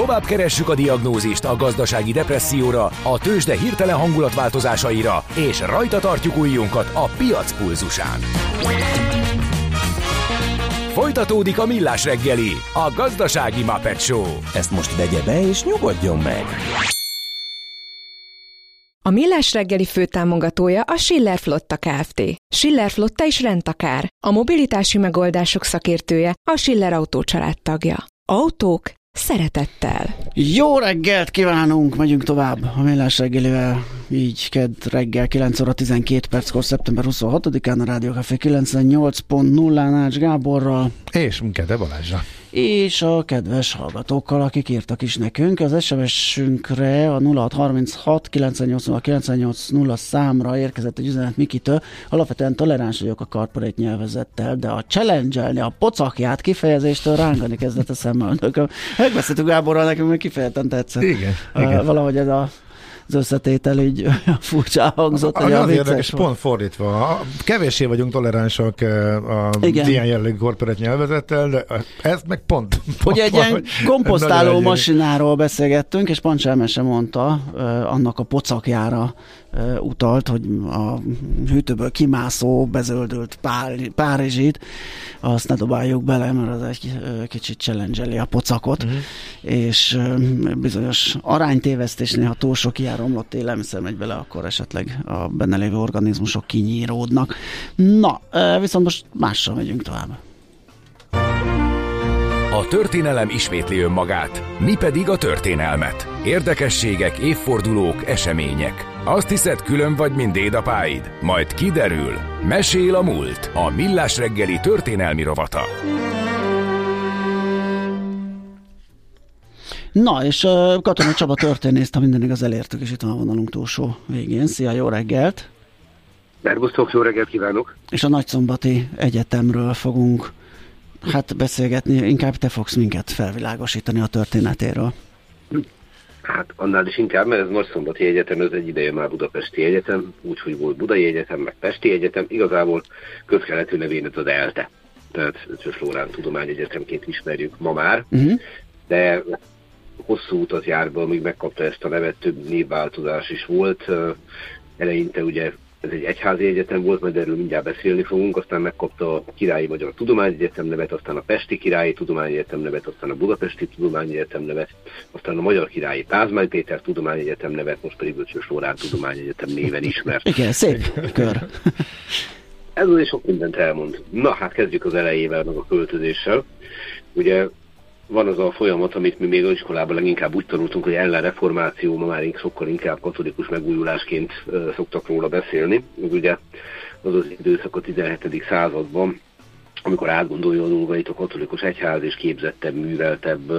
Tovább keressük a diagnózist a gazdasági depresszióra, a tőzsde hirtelen hangulatváltozásaira, és rajta tartjuk ujjunkat a piac pulzusán. Folytatódik a Millás reggeli, a gazdasági Muppet Show. Ezt most vegye be és nyugodjon meg! A Millás reggeli főtámogatója a Schiller Flotta Kft. Schiller Flotta is rendtakár. A mobilitási megoldások szakértője, a Schiller Autó család tagja. Autók szeretettel. Jó reggelt kívánunk, megyünk tovább a Millás reggelivel, így kedd reggel 9 óra 12 perckor, szeptember 26-án a Rádió Café 98.0-án Ács Gáborral. És Kede Balázsra. És a kedves hallgatókkal, akik írtak is nekünk. Az SMS-ünkre a 0636 980980 számra érkezett egy üzenet Mikitől. Alapvetően toleráns vagyok a corporate nyelvezettel, de a challenge-elni a pocakját kifejezéstől rángani kezdett a szemmel. Megbeszéltük Gáborral, nekünk meg kifejezetten tetszett. Igen. Valahogy ez az összetétel így furcsa hangzott. Az érdekes, pont fordítva. Kevéssé vagyunk toleránsak ilyen jellegű korporát nyelvezettel, de ez meg pont. Ugye egy ilyen komposztáló masináról beszélgettünk, és Pancselme sem mondta, annak a pocakjára utalt, hogy a hűtőből kimászó, bezöldült párizsit, azt ne dobáljuk bele, mert az egy kicsit challenge-eli a pocakot, és bizonyos aránytévesztésnél, ha túl sok ilyen romlott élelmiszer megy bele, akkor esetleg a benne lévő organizmusok kinyíródnak. Na, viszont most mással megyünk tovább. A történelem ismétli önmagát, mi pedig a történelmet. Érdekességek, évfordulók, események. Azt hiszed, külön vagy, mint dédapáid? Majd kiderül. Mesél a múlt. A Millás reggeli történelmi rovata. Na, és Katona Csaba történészt, ha minden igaz, elértük, és itt van a vonalunk túlsó végén. Szia, jó reggelt! Szervusztok, jó reggelt kívánok! És a Nagyszombati Egyetemről fogunk beszélgetni, inkább te fogsz minket felvilágosítani a történetéről. Hát annál is inkább, mert ez Nagyszombati Egyetem, ez egy ideje már budapesti egyetem, úgyhogy volt Budai Egyetem, meg Pesti Egyetem, igazából közkeletű nevén az ELTE, tehát Ötvös Loránd Tudományegyetemként ismerjük ma már, de hosszú utat jár be, amíg megkapta ezt a nevet, több névváltozás is volt, eleinte ugye ez egy egyházi egyetem volt, majd erről mindjárt beszélni fogunk, aztán megkapta a Királyi Magyar Tudományegyetem nevet, aztán a Pesti Királyi Tudományegyetem nevet, aztán a Budapesti Tudományegyetem nevet, aztán a Magyar Királyi Pázmány Péter Tudományegyetem nevet, most pedig Ötvös Loránd Tudományegyetem néven ismert. Igen, szép kör. Ez azért sok mindent elmond. Na, hát kezdjük az elejével, meg a költözéssel. Ugye van az a folyamat, amit mi még az iskolában leginkább úgy tanultunk, hogy ellenreformáció, ma már sokkal inkább katolikus megújulásként szoktak róla beszélni. Ez ugye az az időszak a 17. században, amikor átgondolja itt a katolikus egyház és képzettebb, műveltebb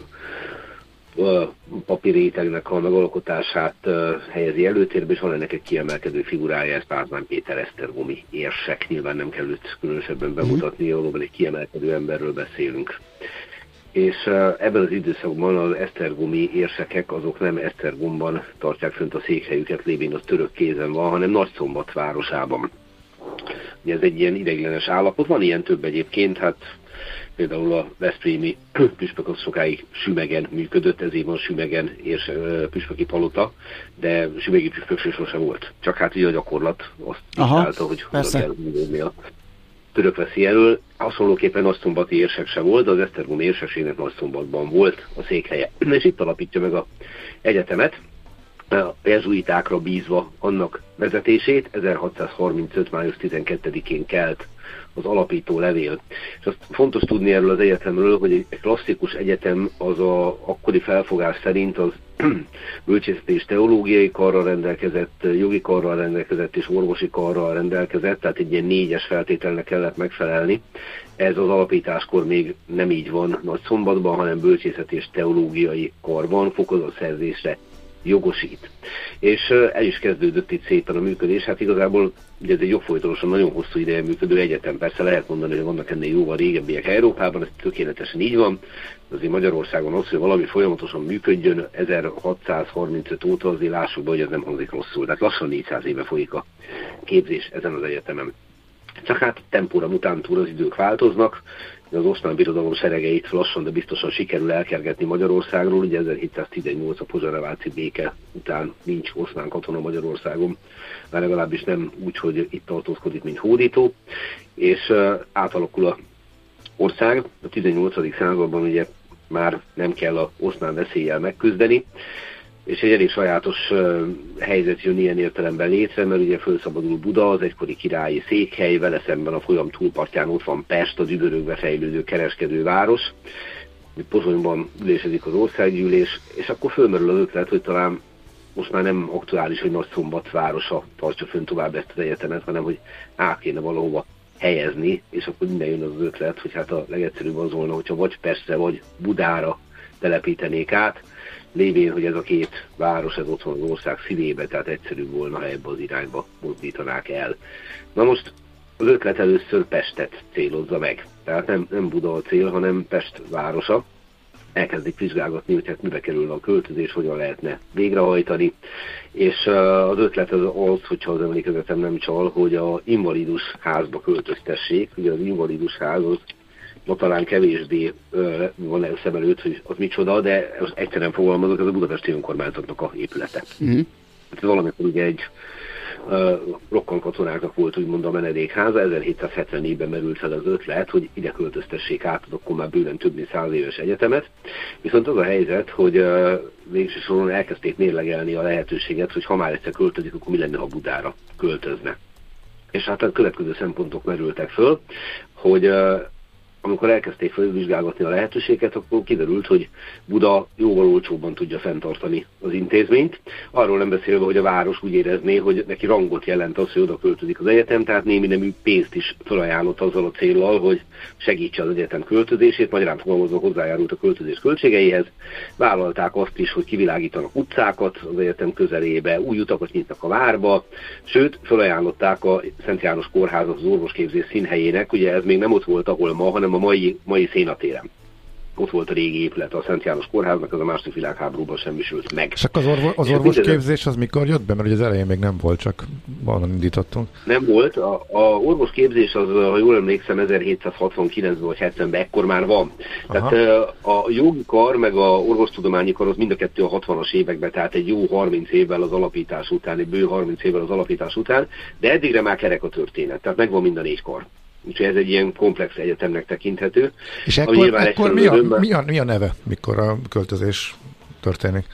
papírrétegnek a megalkotását helyezi előtérbe, és van ennek egy kiemelkedő figurája, ez Pázmány Péter esztergomi érsek. Nyilván nem kell őt különösebben bemutatni, valóban egy kiemelkedő emberről beszélünk. És ebben az időszakban az esztergomi érsekek azok nem Esztergomban tartják fönt a székhelyüket, lévén az török kézen van, hanem Nagyszombat városában. Ugye ez egy ilyen ideiglenes állapot, van ilyen több egyébként, hát például a veszprémi püspök az sokáig Sümegen működött, ezért van Sümegen püspöki palota, de sümegi püspökség sosem volt. Csak hát ugye a gyakorlat azt diktálta, hogy hogyan kell működni a török veszi elől. Hasonlóképpen Nagyszombati érsek se volt, de az esztergomi érsekségnek Nagyszombatban volt a székhelye. És itt alapítja meg az egyetemet, a jezsuitákra bízva annak vezetését. 1635. május 12-én kelt az alapító levél. És azt fontos tudni erről az egyetemről, hogy egy klasszikus egyetem az a akkori felfogás szerint az bölcsészeti és teológiai karral rendelkezett, jogi karral rendelkezett és orvosi karral rendelkezett, tehát egy ilyen 4-es feltételnek kellett megfelelni. Ez az alapításkor még nem így van Nagyszombatban, hanem bölcsészeti és teológiai kar van, fokozatszerzésre jogosít. És el is kezdődött itt szépen a működés, hát igazából ugye ez egy jogfolytonosan nagyon hosszú ideje működő egyetem, persze lehet mondani, hogy vannak ennél jóval régebbiek Európában, ez tökéletesen így van, azért Magyarországon az, hogy valami folyamatosan működjön 1635 óta, azért lássuk be, hogy ez nem hangzik rosszul, tehát lassan 400 éve folyik a képzés ezen az egyetemen. Csak hát tempóra mutántúra az idők változnak, az Oszmán Birodalom seregeit lassan, de biztosan sikerül elkergetni Magyarországról. Ugye 1718 a pozsonyi béke után nincs oszmán katona Magyarországon, már legalábbis nem úgy, hogy itt tartózkodik, mint hódító, és átalakul a ország. A 18. században ugye már nem kell az oszmán veszéllyel megküzdeni, és egy elég sajátos helyzet jön ilyen értelemben létre, mert ugye felszabadul Buda, az egykori királyi székhely, vele szemben a folyam túlpartján ott van Pest, az üdörögbe fejlődő kereskedőváros, Pozsonyban ülésezik az országgyűlés, és akkor fölmerül az ötlet, hogy talán most már nem aktuális, hogy Nagyszombat városa tartsa fönn tovább ezt az egyetemet, hanem hogy át kéne valahova helyezni, és akkor minden jön az ötlet, hogy hát a legegyszerűbb az volna, hogyha vagy Pestre, vagy Budára telepítenék át, lévén, hogy ez a két város, ez ott van az ország szívébe, tehát egyszerűbb volna, ha ebbe az irányba mozdítanák el. Na most az ötlet először Pestet célozza meg. Tehát nem Buda a cél, hanem Pest városa. Elkezdik vizsgálgatni, hogy hát mibe kerülne a költözés, hogyan lehetne végrehajtani. És az ötlet az, hogyha az emlékezetem nem csal, hogy a Invalidus házba költöztessék. Ugye az Invalidus ház az ma talán kevésbé van szem előtt, hogy az micsoda, de egyszerűen fogalmazok, ez a budapesti önkormányzatnak a épülete. Ez valamikor ugye egy rokkonkatonáknak volt úgymond a menedékháza, 1774-ben merült fel az ötlet, hogy ide költöztessék át az akkor már bőven több mint 100 éves egyetemet. Viszont az a helyzet, hogy végső soron elkezdték mérlegelni a lehetőséget, hogy ha már egyszer költözik, akkor mi lenne, ha Budára költözne. És hát a következő szempontok merültek föl, hogy amikor elkezdték felvizsgálgatni a lehetőséget, akkor kiderült, hogy Buda jóval olcsóbban tudja fenntartani az intézményt. Arról nem beszélve, hogy a város úgy érezné, hogy neki rangot jelent az, hogy oda költözik az egyetem, tehát némi nemű pénzt is felajánlott azzal a céllal, hogy segítse az egyetem költözését, magyarán fogalmazva hozzájárult a költözés költségeihez. Vállalták azt is, hogy kivilágítanak utcákat az egyetem közelébe, új utakat nyitnak a várba, sőt, felajánlották a Szent János Kórházat az orvosképzés színhelyének, ugye ez még nem ott volt, ahol ma, hanem a mai Szénatéren. Ott volt a régi épület a Szent János Kórháznak, az a második világháborúban semmisült meg. És akkor az orvosképzés az mikor jött be? Mert ugye az elején még nem volt, csak valahol indítottunk. Nem volt. A orvosképzés az, ha jól emlékszem, 1769-ben vagy 70-ben ekkor már van. Aha. Tehát a jogi kar meg a orvostudományi kar az mind a kettő a 60-as években, tehát egy jó 30 évvel az alapítás után, egy bő 30 évvel az alapítás után, de eddigre már kerek a történet, tehát megvan mind a 4 kar. Úgyhogy ez egy ilyen komplex egyetemnek tekinthető. És ekkor mi a neve, mikor a költözés történik?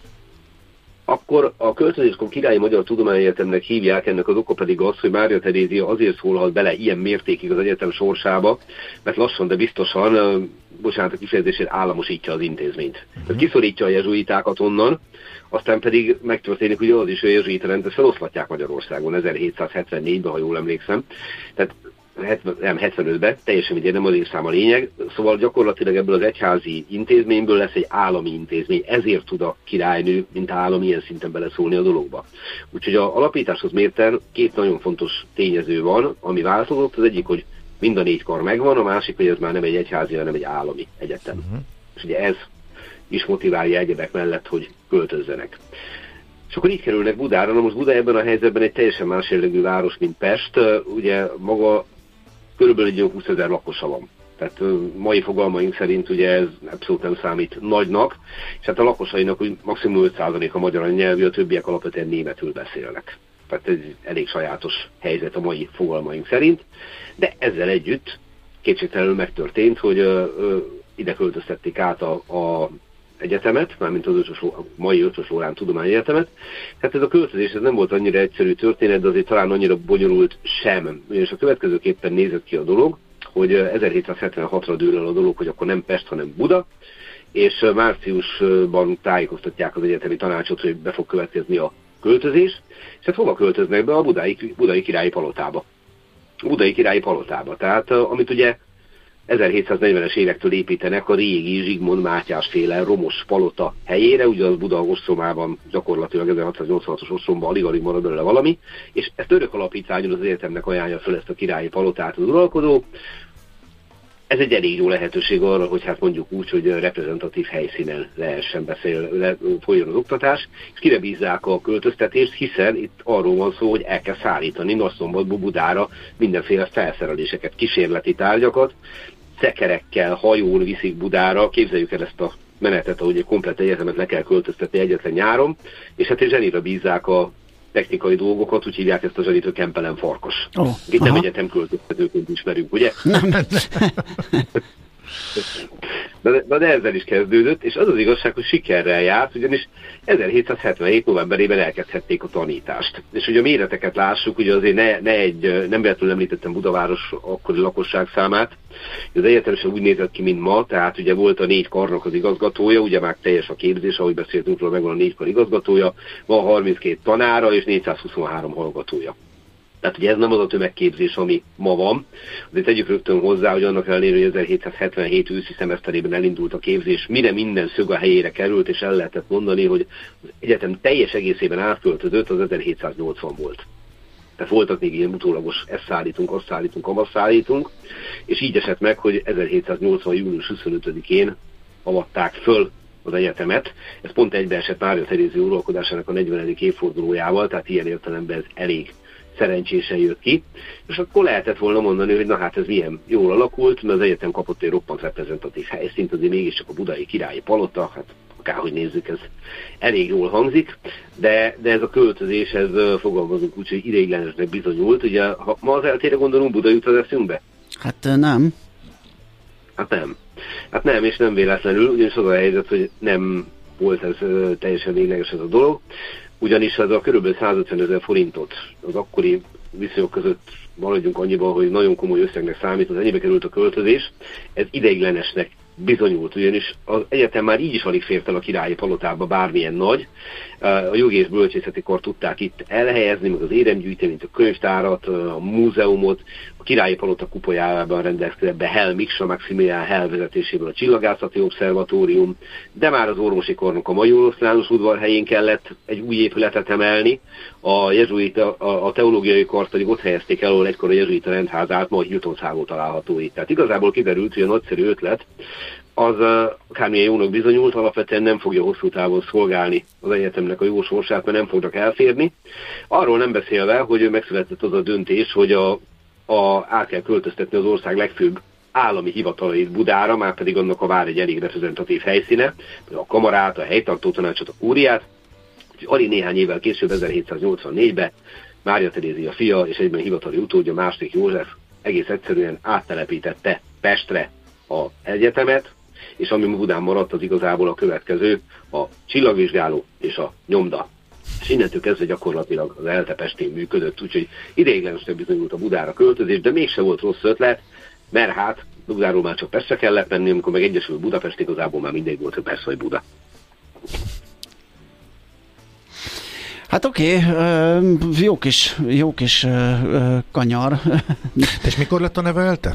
Akkor a költözéskor Királyi Magyar Tudományegyetemnek hívják, ennek az oka pedig az, hogy Mária Terézia azért szólhat bele ilyen mértékig az egyetem sorsába, mert lassan, de biztosan, bocsánat a kifejezését, államosítja az intézményt. Tehát kiszorítja a jezsuitákat onnan, aztán pedig megtörténik ugye az is, hogy a jezsuita rendet feloszlatják Magyarországon 1774-ben, ha jól emlékszem. Tehát 75-ben, teljesen mindegy, nem az évszám a lényeg, szóval gyakorlatilag ebből az egyházi intézményből lesz egy állami intézmény, ezért tud a királynő, mint állam ilyen szinten beleszólni a dologba. Úgyhogy az alapításhoz mérten 2 nagyon fontos tényező van, ami változott, az egyik, hogy mind a 4 kar megvan, a másik, hogy ez már nem egy egyházi, hanem egy állami egyetem. És ugye ez is motiválja egyebek mellett, hogy költözzenek. És akkor így kerülnek Budára. Na most Buda ebben a helyzetben egy teljesen más jellegű város, mint Pest. Ugye maga körülbelül egy 20 000 lakosa van. Tehát mai fogalmaink szerint ugye ez abszolút nem számít nagynak, és hát a lakosainak úgy maximum 5% a magyar anyanyelvű, a többiek alapvetően németül beszélnek. Tehát ez elég sajátos helyzet a mai fogalmaink szerint, de ezzel együtt kétségtelenül megtörtént, hogy ide költöztették át a egyetemet, mármint az mai Ötvös Loránd Tudományegyetemet. Hát ez a költözés ez nem volt annyira egyszerű történet, de azért talán annyira bonyolult sem. És a következőképpen nézett ki a dolog, hogy 1776-ra dől el a dolog, hogy akkor nem Pest, hanem Buda, és márciusban tájékoztatják az egyetemi tanácsot, hogy be fog következni a költözés, és hát hova költöznek be? A budai királyi palotába. Budai királyi palotába. Tehát amit ugye 1740-es évektől építenek a régi Zsigmond Mátyás féle romos palota helyére, ugye az Buda ostromában gyakorlatilag 1686-os ostromban alig-alig marad belőle valami, és ezt örök alapítványon az egyetemnek ajánlja fel ezt a királyi palotát az uralkodó. Ez egy elég jó lehetőség arra, hogy hát mondjuk úgy, hogy reprezentatív helyszínen lehessen folyjon az oktatás, és kire bízzák a költöztetést, hiszen itt arról van szó, hogy el kell szállítani Nagyszombatból Budára mindenféle felszereléseket, kísérleti tárgyakat, szekerekkel, hajón viszik Budára. Képzeljük el ezt a menetet, ahogy egy komplett egyetemet le kell költöztetni egyetlen nyáron, és hát egy zsenira bízzák a technikai dolgokat, úgy hívják ezt a zsenit, hogy Kempelen Farkas. Itt nem egyetem költöztetőként ismerünk, ugye? De ezzel is kezdődött, és az az igazság, hogy sikerrel járt, ugyanis 1777 novemberében elkezdhették a tanítást. És ugye a méreteket lássuk, ugye azért nem véletlenül említettem Budaváros akkori lakosság számát. Az egyetemesen úgy nézett ki, mint ma, tehát ugye volt a 4 karnak az igazgatója, ugye már teljes a képzés, ahogy beszéltünk róla, megvan a 4 kar igazgatója, van 32 tanára és 423 hallgatója. Tehát ugye ez nem az a tömegképzés, ami ma van. Azért tegyük rögtön hozzá, hogy annak ellenére, hogy 1777 őszi szemeszterében elindult a képzés, mire minden szög a helyére került, és el lehetett mondani, hogy az egyetem teljes egészében átköltözött, az 1780 volt. Tehát voltak még ilyen utólagos ezt szállítunk, azt szállítunk, amazt szállítunk, és így esett meg, hogy 1780. június 25-én avatták föl az egyetemet. Ez pont egybeesett Mária Terézia uralkodásának a 40. évfordulójával, tehát ilyen értelemben ez elég szerencsésen jött ki, és akkor lehetett volna mondani, hogy na hát ez milyen jól alakult, mert az egyetem kapott egy roppant reprezentatív helyszínt, azért mégiscsak a budai királyi palota, hát akárhogy nézzük, ez elég jól hangzik, de ez a költözés, ez fogalmazunk úgy, hogy ideiglenesnek bizonyult. Ugye, ha ma az eltére gondolunk, Buda jut az eszünkbe? Hát nem. Hát nem, és nem véletlenül, ugyanis az a helyzet, hogy nem volt ez teljesen végleges ez a dolog, ugyanis ez a kb. 150 000 forintot az akkori viszonyok között maradjunk annyiban, hogy nagyon komoly összegnek számít, az ennyibe került a költözés, ez ideiglenesnek bizonyult, ugyanis az egyetem már így is alig fért el a királyi palotába bármilyen nagy. A jogi és bölcsészeti kar tudták itt elhelyezni, meg az éremgyűjteményt, a könyvtárat, a múzeumot, a királyi palota kupolyában rendelkezett be Hell Miksa Maximilián Hell vezetésében a Csillagászati Obszervatórium, de már az orvosi karnak a mai oroszlános udvar helyén kellett egy új épületet emelni. A teológiai kart pedig ott helyezték el, ahol egykor a jezsuita rendházát, ma a Hilton szálló található itt. Tehát igazából kiderült, hogy a nagyszerű ötlet az akármilyen jónak bizonyult, alapvetően nem fogja hosszú távon szolgálni az egyetemnek a jó sorsát, mert nem fognak elférni. Arról nem beszélve, hogy megszületett az a döntés, hogy át kell költöztetni az ország legfőbb állami hivatalait Budára, már pedig annak a vár egy elég reprezentatív helyszíne, a kamarát, a helytartó tanácsot, a kúriát. Alig néhány évvel később, 1784-ben Mária Terézia fia és egyben hivatali utódja, Második József egész egyszerűen áttelepítette Pestre az egyetemet, és ami Budán maradt, az igazából a következő, a csillagvizsgáló és a nyomda. És innentől kezdve gyakorlatilag az ELTE Pestén működött, úgyhogy ideiglenesnek bizonyult a Budára költözés, de mégse volt rossz ötlet, mert hát Budáról már csak Pestre kellett menni, amikor meg egyesült Budapest, igazából már mindegy volt, hogy Pest vagy Buda. Hát oké, jó kis kanyar. És mikor lett a neve ELTE?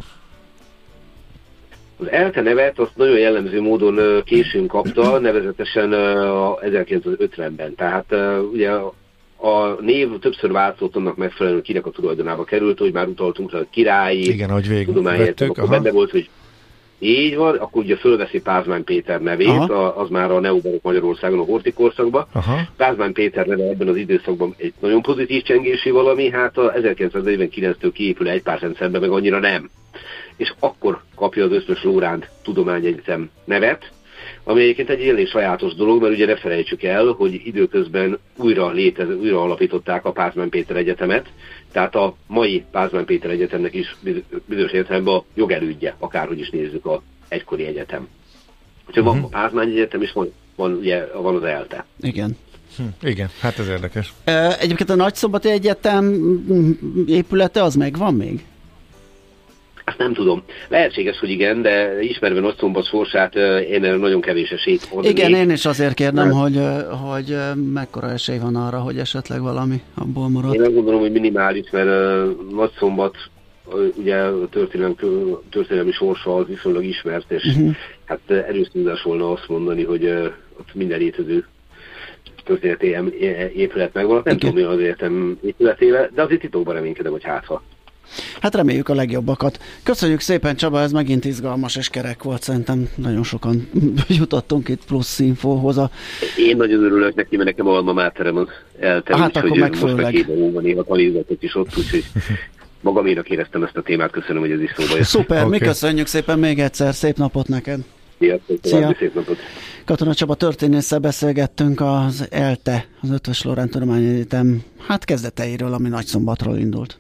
Az ELTE nevet azt nagyon jellemző módon későn kapta, nevezetesen 1950-ben. Tehát ugye a név többször változott, annak megfelelően kinek a tulajdonába került, hogy már utaltunk rá, hogy királyi tudományért, akkor benne volt, hogy így van, akkor ugye fölveszi Pázmány Péter nevét, az már a neobarokk Magyarországon a hortikorszakban. Pázmány Péter neve ebben az időszakban egy nagyon pozitív csengési valami, hát a 1949-től kiépül egy pár szemben, meg annyira nem. És akkor kapja az Ösztös Lóránd Tudományegyetem nevet, ami egyébként egy elég sajátos dolog, mert ugye ne felejtsük el, hogy időközben újra alapították a Pázmány Péter Egyetemet, tehát a mai Pázmány Péter Egyetemnek is bizonyos értelemben a jogelődje, akárhogy is nézzük az egykori egyetem. Úgyhogy van a Pázmány Egyetem, és van az ELTE. Igen. Igen, hát ez érdekes. Egyébként a Nagyszombati Egyetem épülete az megvan még? Azt nem tudom. Lehetséges, hogy igen, de ismerve Nagyszombat sorsát, én nagyon kevés esélyt adnék. Igen, én is azért kérdem, hogy mekkora esély van arra, hogy esetleg valami abból marad. Én azt gondolom, hogy minimális, mert Nagyszombat ugye a történelmi sorsa az viszonylag ismert, és hát erős tudás volna azt mondani, hogy ott minden létező történeti épület megvan. Nem tudom, mi az egyetem épületével, de azért titokban reménykedem, hogy hátha. Hát reméljük a legjobbakat. Köszönjük szépen, Csaba, ez megint izgalmas és kerek volt. Szerintem nagyon sokan jutottunk itt plusz infóhoz. Én nagyon örülök neki, mert nekem alma máterem az ELTE, hát akkor megfőleg. Most meg 2 hóban néha tanítatok is ott, úgyhogy magaménak éreztem ezt a témát, köszönöm, hogy ez is szóba jött. Szuper, mi köszönjük szépen még egyszer, szép napot neked! Szia! Szép napot! Katona Csaba történésszel beszélgettünk az ELTE, az Eötvös Loránd Tudományegyetem kezdeteiről, ami Nagyszombatról indult.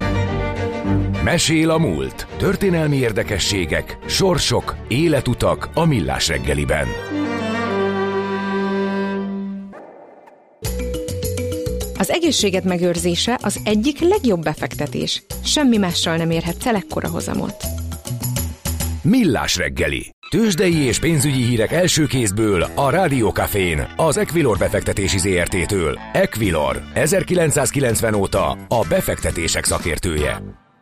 Mesél a múlt. Történelmi érdekességek, sorsok, életutak a Millás reggeliben. Az egészséged megőrzése az egyik legjobb befektetés. Semmi mással nem érhetsz el ekkora hozamot. Millás reggeli. Tőzsdei és pénzügyi hírek első kézből a Rádió Cafén, az Equilor befektetési ZRT-től. Equilor, 1990 óta a befektetések szakértője.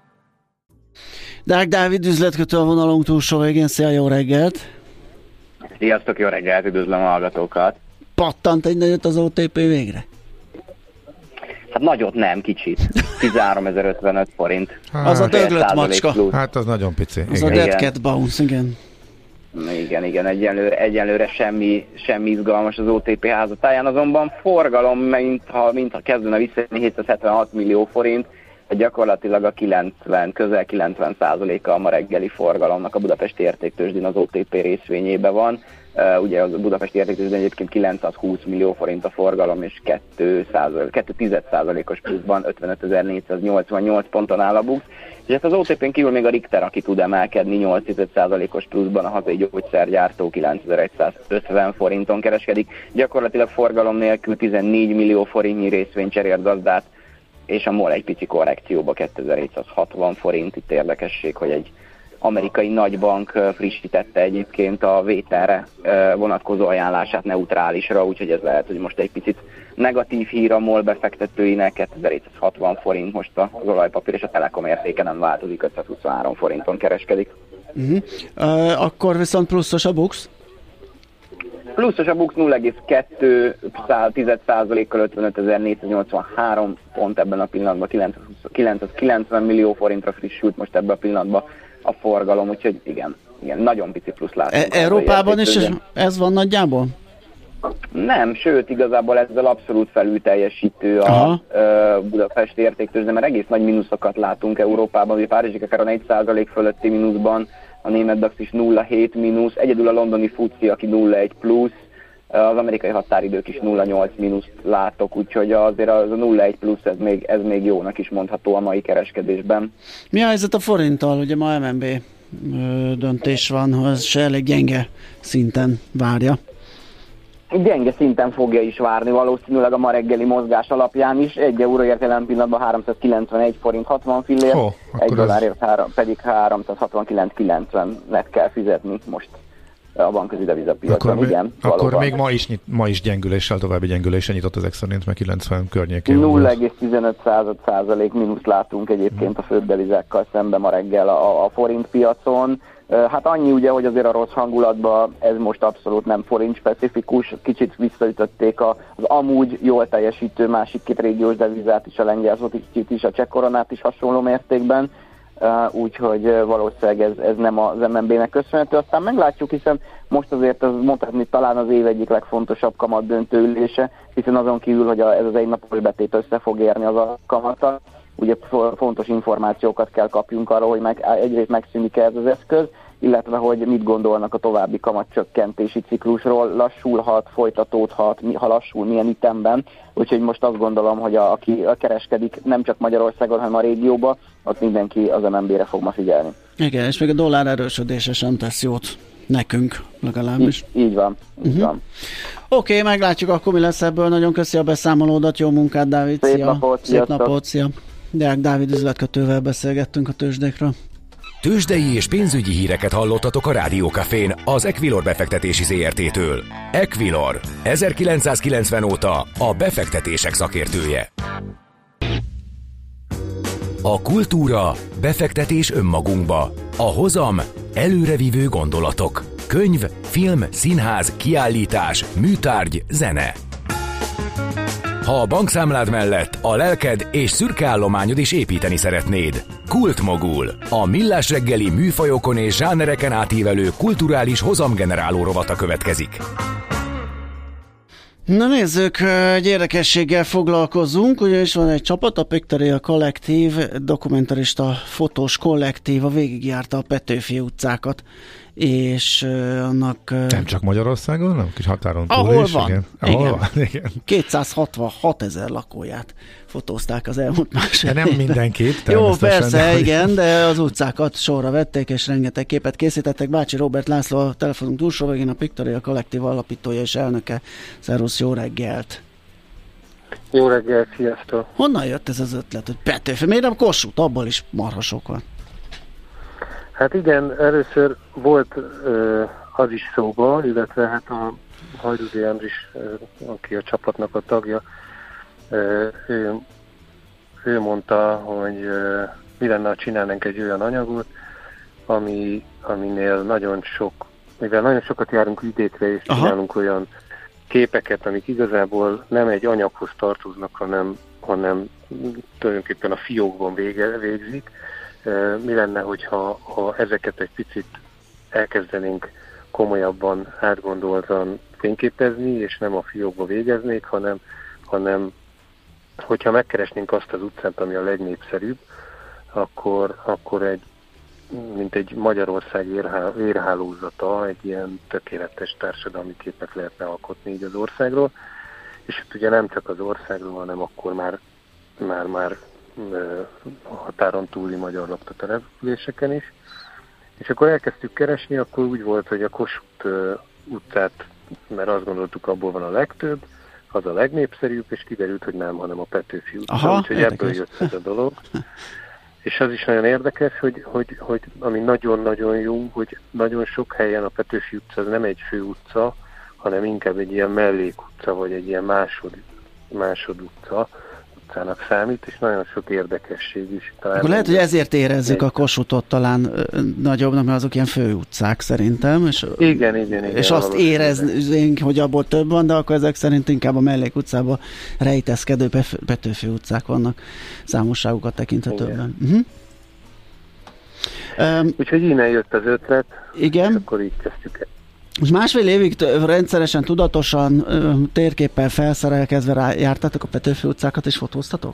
Deák Dávid üzletkötő a vonalunk túlsó végén. Szia, jó reggelt! Sziasztok, jó reggelt, üdvözlöm a hallgatókat! Pattant egy nagyot az OTP végre? Hát nagyot nem, kicsit. 13.055 forint. Az a döglött macska. Plusz. Hát az nagyon pici. Az igen. A dead cat bounce, igen. Igen, egyelőre semmi izgalmas az OTP házatáján, azonban forgalom, mintha kezdene visszajönni 776 millió forint, gyakorlatilag a közel 90%-a a ma reggeli forgalomnak a budapesti értéktőzsdén az OTP részvényében van. Ugye a budapesti értéktőzsdén egyébként 920 millió forint a forgalom, és 2,1%-os pluszban 55.488 ponton áll a BUX. És hát az OTP-n kívül még a Richter, aki tud emelkedni 8,1%-os pluszban, a hazai gyógyszergyártó 9150 forinton kereskedik. Gyakorlatilag forgalom nélkül 14 millió forintnyi részvény cserélt gazdát, és a MOL egy pici korrekcióba 2760 forint. Itt érdekesség, hogy egy amerikai nagybank frissítette egyébként a vételre vonatkozó ajánlását neutrálisra, úgyhogy ez lehet, hogy most egy picit negatív hír a MOL befektetőinek. 2760 forint most az olajpapír, és a Telekom értéke nem változik, 523 forinton kereskedik. Akkor viszont pluszos a BUX? Pluszos a BUX 0,2%-kal 55.483 pont ebben a pillanatban, 990 millió forintra frissült most ebben a pillanatban a forgalom, úgyhogy igen, nagyon pici plusz látunk. Európában is ez van nagyjából? Nem, sőt, igazából ezzel abszolút felülteljesítő a budapesti értéktőzsde, mert egész nagy mínuszokat látunk Európában, ugye Párizsi akár a 4% fölötti mínuszban, a német DAX is 0,7 mínusz, egyedül a londoni FTSE, aki 0,1 plusz, az amerikai határidők is 0,8 mínuszt látok, úgyhogy azért az a 0,1 plusz, ez még jónak is mondható a mai kereskedésben. Mi a helyzet a forinttal? Ugye ma MNB döntés van, hogy ez se elég gyenge szinten várja. Gyenge szinten fogja is várni, valószínűleg a ma reggeli mozgás alapján is. 1 euróért jelen pillanatban 391 forint 60 fillért, 1 dollárért pedig 369,90-et kell fizetni most a bankközi devizapiacon. Igen, akkor még ma is gyengüléssel, további gyengüléssel nyitott ezek szerint, mert 90 környékén. 0,15% mínusz látunk egyébként a főbb devizákkal szemben ma reggel a forint piacon. Hát annyi ugye, hogy azért a rossz hangulatban ez most abszolút nem forint specifikus, kicsit visszaütötték az amúgy jól teljesítő másik két régiós devizát is, a lengyel zlotit is, a cseh koronát is hasonló mértékben, úgyhogy valószínűleg ez nem az MNB-nek köszönhető. Aztán meglátjuk, hiszen most azért mondhatni talán az év egyik legfontosabb kamat döntő ülése, hiszen azon kívül, hogy ez az egynapos betét össze fog érni az alkalmattal, ugye fontos információkat kell kapjunk arról, hogy egyrészt megszűnik ez az eszköz, illetve hogy mit gondolnak a további kamatcsökkentési ciklusról, lassulhat, folytatódhat, ha lassul, milyen ütemben. Úgyhogy most azt gondolom, hogy aki kereskedik nem csak Magyarországon, hanem a régióban, ott mindenki az MNB-re fog ma figyelni. Igen, és még a dollár erősödése sem tesz jót nekünk legalábbis. Így van. Oké, meglátjuk akkor, mi lesz ebből. Nagyon köszi a beszámolódat, jó munkát, Dávid. Szép napot, szia. Deák Dávid üzletkötővel beszélgettünk a tőzsdékről. Tőzsdei és pénzügyi híreket hallottatok a Rádió Cafén az Equilor befektetési ZRT-től. Equilor, 1990 óta a befektetések szakértője. A kultúra, befektetés önmagunkba. A hozam, előrevívő gondolatok. Könyv, film, színház, kiállítás, műtárgy, zene. Ha a bankszámlád mellett a lelked és szürke állományod is építeni szeretnéd. Kultmogul, a millás reggeli műfajokon és zsánereken átívelő kulturális hozamgeneráló rovata következik. Na nézzük, egy érdekességgel foglalkozunk, ugyanis van egy csapat, a Pictorial Kollektív, dokumentarista fotós kollektív, a végigjárta a Petőfi utcákat, és annak... Nem csak Magyarországon, hanem kis határon túl ahol is. van. Igen. Ahol van, igen. 266 000 lakóját fotózták az elmúlt másfél. De nem mindenkit. Jó, persze, igen, de az utcákat sorra vették, és rengeteg képet készítettek. Bácsi Róbert László, a telefonunk túlsó végén, a Pictorial Kollektív alapítója és elnöke. Szervusz, jó reggelt! Jó reggelt, sziasztok! Honnan jött ez az ötlet, hogy Petőfi? Miért nem Kossuth? Abból is marha sok van. Hát igen, először volt az is szóba, illetve hát a Hajdúdi Andris, aki a csapatnak a tagja, ő mondta, hogy mi lenne, ha csinálnánk egy olyan anyagot, aminél mivel nagyon sokat járunk vidékre, és csinálunk olyan képeket, amik igazából nem egy anyaghoz tartoznak, hanem tulajdonképpen a fiókban végzik. Mi lenne, hogyha ezeket egy picit elkezdenénk komolyabban, átgondoltan fényképezni, és nem a fiókba végeznék, hanem hogyha megkeresnénk azt az utcát, ami a legnépszerűbb, akkor mint egy Magyarország érhálózata, egy ilyen tökéletes társadalmi képet lehetne alkotni így az országról. És hát ugye nem csak az országról, hanem akkor már határon túli magyar lakta településeken is. És akkor elkezdtük keresni, akkor úgy volt, hogy a Kossuth utcát, mert azt gondoltuk, abból van a legtöbb, az a legnépszerűbb, és kiderült, hogy nem, hanem a Petőfi utca. Úgyhogy ebből jött ez a dolog. És az is nagyon érdekes, hogy ami nagyon-nagyon jó, hogy nagyon sok helyen a Petőfi utca az nem egy fő utca, hanem inkább egy ilyen mellékutca, vagy egy ilyen utcának számít, és nagyon sok érdekesség is. Akkor lehet, hogy ezért érezzük a Kossuthot talán nagyobbnak, mert azok ilyen főutcák szerintem. És igen. És azt éreznénk, hogy abból több van, de akkor ezek szerint inkább a mellékutcában rejteszkedő Petőfi utcák vannak számosságukat tekintve többen. Úgyhogy innen jött az ötlet, igen. És akkor így kezdtük el. Most másfél évig rendszeresen, tudatosan, térképpel felszerelkezve jártátok a Petőfi utcákat és fotóztatok?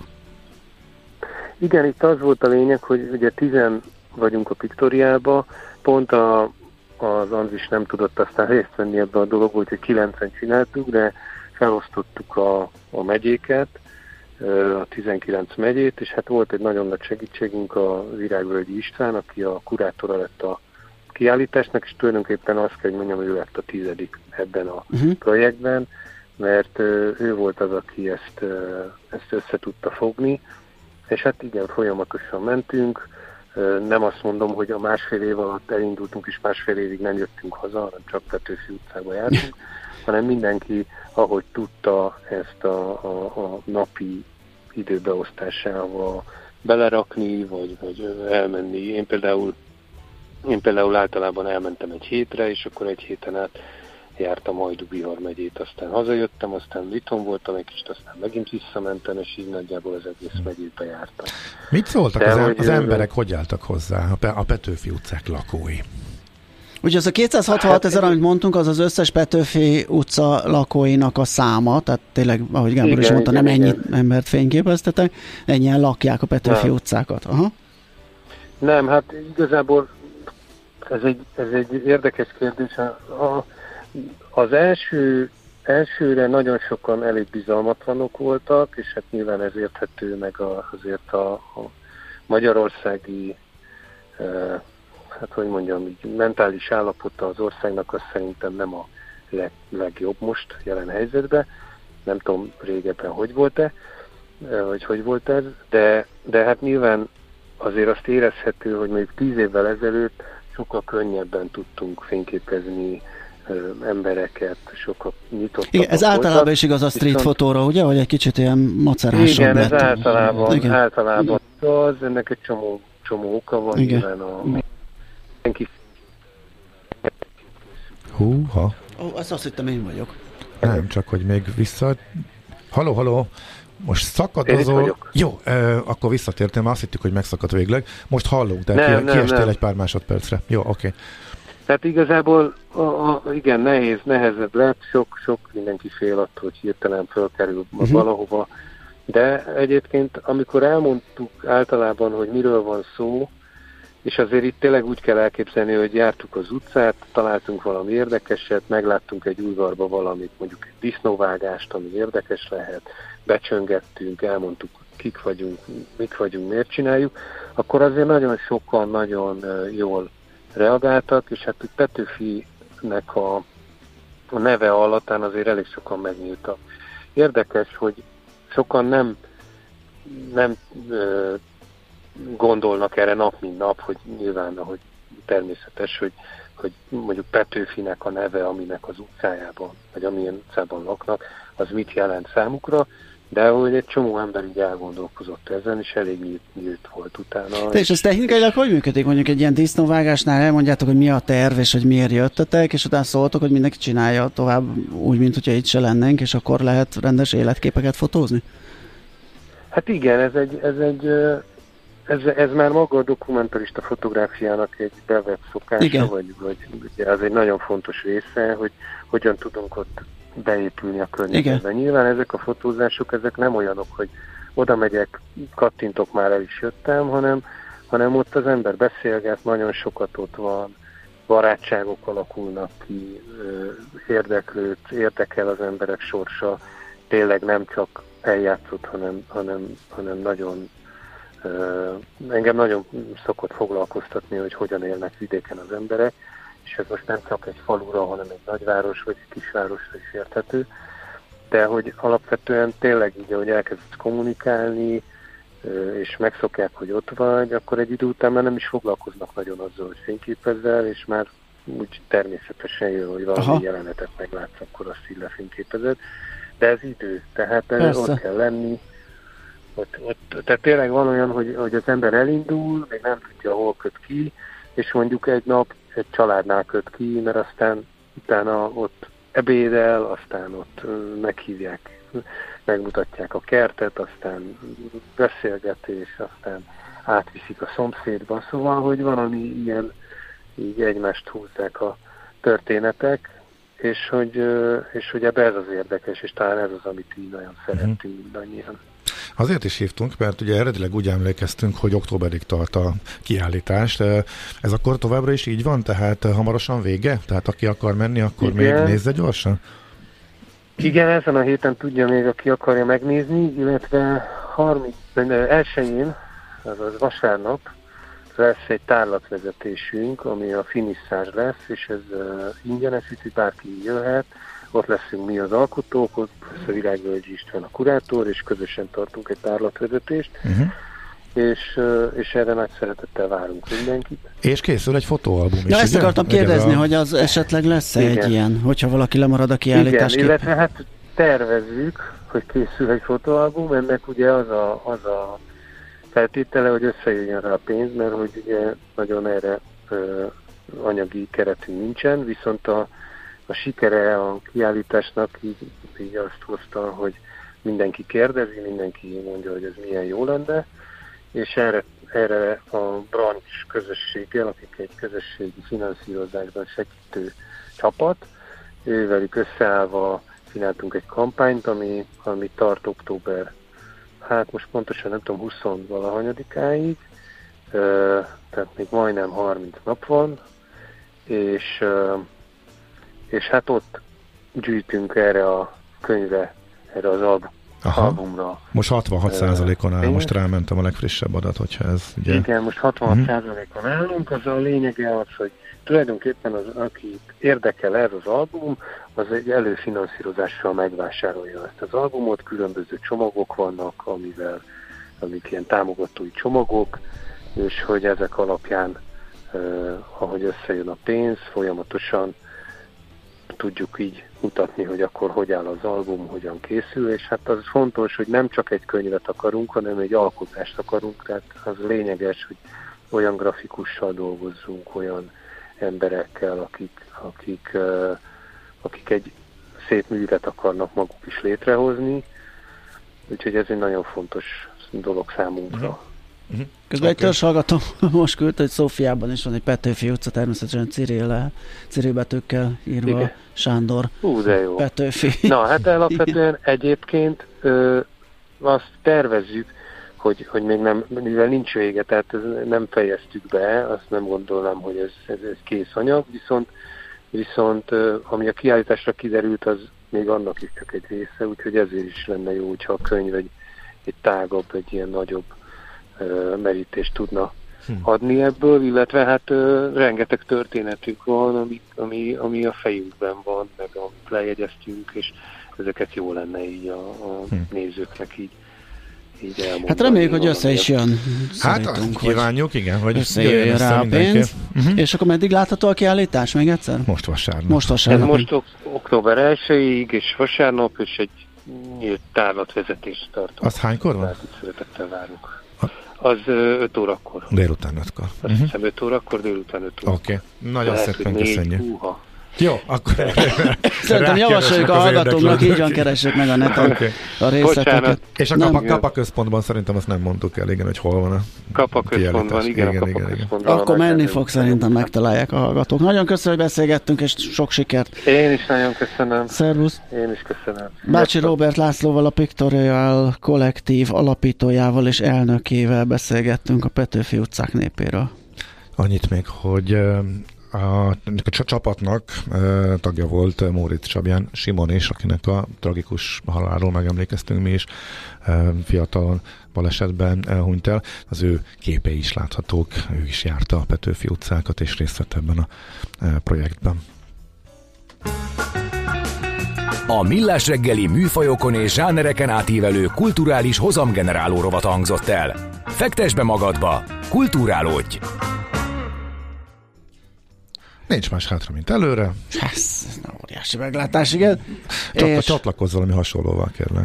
Igen, itt az volt a lényeg, hogy ugye 10 vagyunk a Pictoriálba, pont az Andris nem tudott aztán részt venni ebbe a dologba, úgyhogy 9-en csináltuk, de felosztottuk a megyéket, a 19 megyét, és hát volt egy nagyon nagy segítségünk, a Virágvölgyi István, aki a kurátora lett a kiállításnak, és tulajdonképpen azt kell, hogy mondjam, hogy ő lett a 10. ebben a projektben, mert ő volt az, aki ezt össze tudta fogni, és hát igen, folyamatosan mentünk. Nem azt mondom, hogy a másfél év alatt elindultunk, és másfél évig nem jöttünk haza, hanem csak Petőfi utcába jártunk, hanem mindenki, ahogy tudta ezt a napi időbeosztásába belerakni, vagy elmenni. Én például általában elmentem egy hétre, és akkor egy héten át jártam Hajdú-Bihar megyét, aztán hazajöttem, aztán itthon voltam egy kicsit, aztán megint visszamentem, és így nagyjából az egész megyébe jártam. Mit szóltak az emberek, hogy álltak hozzá, a Petőfi utcák lakói? Ugye az a 266 000, amit mondtunk, az az összes Petőfi utca lakóinak a száma, tehát tényleg, ahogy Gábor is mondta, nem ennyi embert fényképeztetek, ennyien lakják a Petőfi utcákat. Aha. Nem, hát igazából ez egy érdekes kérdés. Az elsőre nagyon sokan elég bizalmatlanok voltak, és hát nyilván ez érthető, meg azért a magyarországi hát hogy mondjam, így mentális állapota az országnak az szerintem nem a legjobb most jelen helyzetben. Nem tudom régebben hogy volt-e, vagy hogy volt ez, de hát nyilván azért azt érezhető, hogy még 10 évvel ezelőtt sokkal könnyebben tudtunk fényképezni embereket, sokkal nyitottabbak. Igen, ez általában is igaz a street fotóra, ugye? Hogy egy kicsit ilyen macerásabb. Igen, ez általában az, ennek egy csomó oka van. Igen. Nyilván Húha. Azt hittem én vagyok. Nem, csak hogy még vissza... Haló, most szakadozol... Jó, akkor visszatértem, azt hittük, hogy megszakadt végleg. Most hallunk, tehát kiestél egy pár másodpercre. Jó, oké. Tehát igazából igen, nehezebb lett, sok mindenki fél attól, hogy hirtelen fölkerül valahova, de egyébként amikor elmondtuk általában, hogy miről van szó, és azért itt tényleg úgy kell elképzelni, hogy jártuk az utcát, találtunk valami érdekeset, megláttunk egy udvarba valamit, mondjuk egy disznóvágást, ami érdekes lehet, becsöngettünk, elmondtuk, kik vagyunk, mik vagyunk, miért csináljuk, akkor azért nagyon sokan nagyon jól reagáltak, és hát Petőfinek a neve allatán azért elég sokan megnyíltak. Érdekes, hogy sokan nem gondolnak erre nap mint nap, hogy nyilván, ahogy természetes, hogy mondjuk Petőfinek a neve, aminek az utcájában, vagy amilyen utcában laknak, az mit jelent számukra, de hogy egy csomó ember így elgondolkozott ezen, és elég nyílt volt utána. És ez technikailag hogy működik? Mondjuk egy ilyen disznóvágásnál elmondjátok, hogy mi a terv, és hogy miért jöttetek, és utána szóltok, hogy mindenki csinálja tovább úgy, mint hogyha itt se lennénk, és akkor lehet rendes életképeket fotózni? Hát igen, ez már maga a dokumentarista fotográfiának egy bevett szokása, vagy ugye az egy nagyon fontos része, hogy hogyan tudunk ott beépülni a környezetben. Nyilván ezek a fotózások, ezek nem olyanok, hogy oda megyek, kattintok, már el is jöttem, hanem ott az ember beszélget, nagyon sokat ott van, barátságok alakulnak ki, érdekel az emberek sorsa, tényleg nem csak eljátszott, hanem nagyon engem nagyon szokott foglalkoztatni, hogy hogyan élnek vidéken az emberek, és ez most nem csak egy falura, hanem egy nagyváros vagy egy kisvárosra is érthető, de hogy alapvetően tényleg így, ahogy elkezdesz kommunikálni, és megszokják, hogy ott vagy, akkor egy idő után már nem is foglalkoznak nagyon azzal, hogy fényképezzel, és már úgy természetesen jön, hogy valami jelenetet meglátsz, akkor azt így lefényképezed. De ez idő, tehát ott kell lenni. Tehát tényleg van olyan, hogy az ember elindul, még nem tudja, hol köt ki, és mondjuk egy nap egy családnál köt ki, mert aztán utána ott ebédel, aztán ott meghívják, megmutatják a kertet, aztán beszélgetés, aztán átviszik a szomszédba. Szóval, hogy valami ilyen így egymást húzzák a történetek, és hogy ebbe ez az érdekes, és talán ez az, amit így nagyon szerettünk mindannyian. Azért is hívtunk, mert ugye eredetileg úgy emlékeztünk, hogy októberig tart a kiállítás. Ez akkor továbbra is így van? Tehát hamarosan vége? Tehát aki akar menni, akkor igen, még nézze gyorsan? Igen, ezen a héten tudja még, aki akarja megnézni, illetve 1-én, azaz vasárnap lesz egy tárlatvezetésünk, ami a finisszázs lesz, és ez ingyenes, úgyhogy bárki jöhet. Ott leszünk mi az alkotók, ott a Virágvölgyi István a kurátor, és közösen tartunk egy tárlatvezetést, és erre nagy szeretettel várunk mindenkit. És készül egy fotóalbum is. Ja, ezt akartam kérdezni, hogy az esetleg lesz egy ilyen, hogyha valaki lemarad a kiállítás. Igen, illetve hát tervezzük, hogy készül egy fotóalbum, ennek ugye az a feltétele, hogy összejöjjön rá a pénz, mert hogy ugye nagyon erre anyagi keretünk nincsen, viszont a sikere a kiállításnak így azt hozta, hogy mindenki kérdezi, mindenki mondja, hogy ez milyen jó lenne, és erre a branch közösséggel, akik egy közösségi finanszírozásban segítő csapat, ővelük összeállva csináltunk egy kampányt, ami tart október, hát most pontosan nem tudom, 20-valahanyadikáig, tehát még majdnem 30 nap van, és hát ott gyűjtünk erre a könyvre, erre az albumra. Most 66%-on áll, most rámentem a legfrissebb adat, hogyha ez ugye... Igen, most 66%-on állunk, az a lényege az, hogy tulajdonképpen akit érdekel ez az album, az egy előfinanszírozással megvásárolja ezt az albumot, különböző csomagok vannak, amik ilyen támogatói csomagok, és hogy ezek alapján, ahogy összejön a pénz, folyamatosan tudjuk így mutatni, hogy akkor hogy áll az album, hogyan készül, és hát az fontos, hogy nem csak egy könyvet akarunk, hanem egy alkotást akarunk, tehát az lényeges, hogy olyan grafikussal dolgozzunk, olyan emberekkel, akik egy szép művet akarnak maguk is létrehozni, úgyhogy ez egy nagyon fontos dolog számunkra. Közben egy törzshallgató most küldte, hogy Szófiában is van egy Petőfi utca, természetesen Cyril-betűkkel írva. Igen. Sándor. De jó. Petőfi. Na, hát alapvetően egyébként azt tervezzük, hogy még nem, mivel nincs vége, tehát nem fejeztük be, azt nem gondolnám, hogy ez kész anyag, viszont ami a kiállításra kiderült, az még annak is csak egy része, úgyhogy ezért is lenne jó, hogyha a könyv egy tágabb, egy ilyen nagyobb merítést tudna adni ebből, illetve hát rengeteg történetünk van, ami a fejünkben van, meg amit lejegyeztünk, és ezeket jó lenne így a nézőknek így elmondani. Hát reméljük, hogy össze is jön. Hát kívánjuk, igen, hogy összejöjjön rá a pénz. És akkor meddig látható a kiállítás még egyszer? Most vasárnap. Ez most október 1-ig, és vasárnap, és egy nyílt tárlatvezetést tartunk. Az hánykor van? Szeretettel várunk. Az 5 órakor. Délután 5-kor. Azt hiszem 5 órakor, délután 5 órakor. Oké. Nagyon szépen köszönjük. Jó, akkor szerintem javasoljuk a hallgatóknak, így van, keressék meg a neten a részleteket. És a Kapa központban szerintem azt nem mondtuk el, igen, hogy hol van a Kapa központban, igen, a Kapa központban. Akkor menni fog, szerintem megtalálják a hallgatók. Nagyon köszönöm, hogy beszélgettünk, és sok sikert. Én is nagyon köszönöm. Szervusz. Én is köszönöm. Bácsi Róbert Lászlóval, a Pictorial kollektív alapítójával és elnökével beszélgettünk a Petőfi utcák népéről. Annyit még, hogy a csapatnak tagja volt Móricz Csabján Simon is, akinek a tragikus halálról megemlékeztünk mi is, fiatalon balesetben elhunyt el. Az ő képei is láthatók, ő is járta a Petőfi utcákat és részt vett ebben a projektben. A Millás reggeli műfajokon és zsánereken átívelő kulturális hozamgeneráló rovat hangzott el. Fektesd be magadba, kulturálódj! Nincs más hátra, mint előre. Ez óriási meglátás, igen. Csatlakozz valami hasonlóval, kérlek.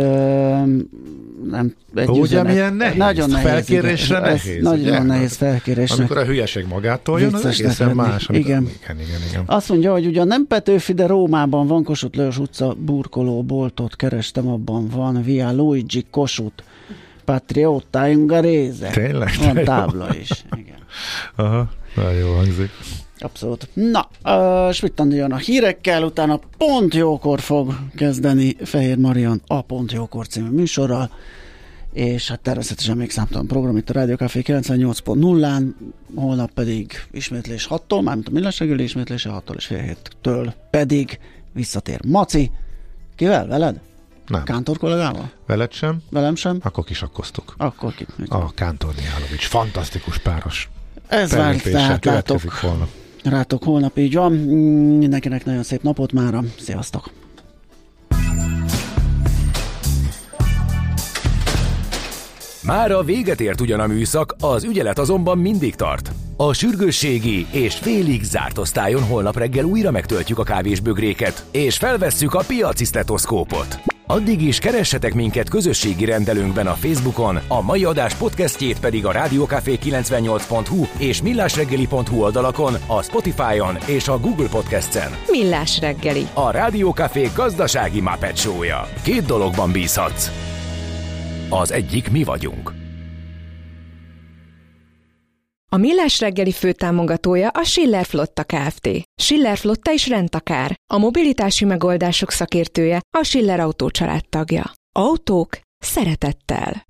Nem, ugye milyen nehéz? Nagyon nehéz. Felkérésre nehéz. Nagyon nehéz felkérésre. Amikor a hülyeség magától jön, az egészen más. Igen. Azt mondja, hogy ugyan nem Petőfi, de Rómában van Kossuth Lajos utca burkoló boltot kerestem, abban van Via Luigi Kossuth Patriota Ungherese. Tényleg? Van tábla is. Igen. Aha, nagyon jó hangzik. Abszolút. Na, Schmidt-Andi jön a hírekkel, utána pont jókor fog kezdeni Fehér Marian a Pont Jókor című műsorral, és hát természetesen még számtalan program itt a Rádió Café 98.0-án, holnap pedig ismétlés 6-tól, mármint a Millás reggeli ismétlése 6-tól és fél 7-től pedig visszatér Maci. Kivel? Veled? Nem. Kántor kollégával? Veled sem? Velem sem? Akkor kisakkoztuk. Akkor ki? A Kántor Mihálovics. Fantasztikus páros. Ez már rátok holnap, így van. Mindenkinek nagyon szép napot mára. Sziasztok! Mára véget ért ugyan a műszak, az ügyelet azonban mindig tart. A sürgősségi és félig zárt osztályon holnap reggel újra megtöltjük a kávésbögréket, és felvesszük a piaci sztetoszkópot. Addig is keressetek minket közösségi rendelőnkben a Facebookon, a mai adás podcastjét pedig a rádiókafé98.hu és millásreggeli.hu oldalakon, a Spotify-on és a Google Podcast-en. Millás reggeli. A Rádiókafé gazdasági Muppet show-ja. 2 dologban bízhatsz. Az egyik mi vagyunk. A Millás reggeli főtámogatója a Schiller Flotta Kft. Schiller Flotta és rendtakár. A mobilitási megoldások szakértője, a Schiller Autó család tagja. Autók szeretettel.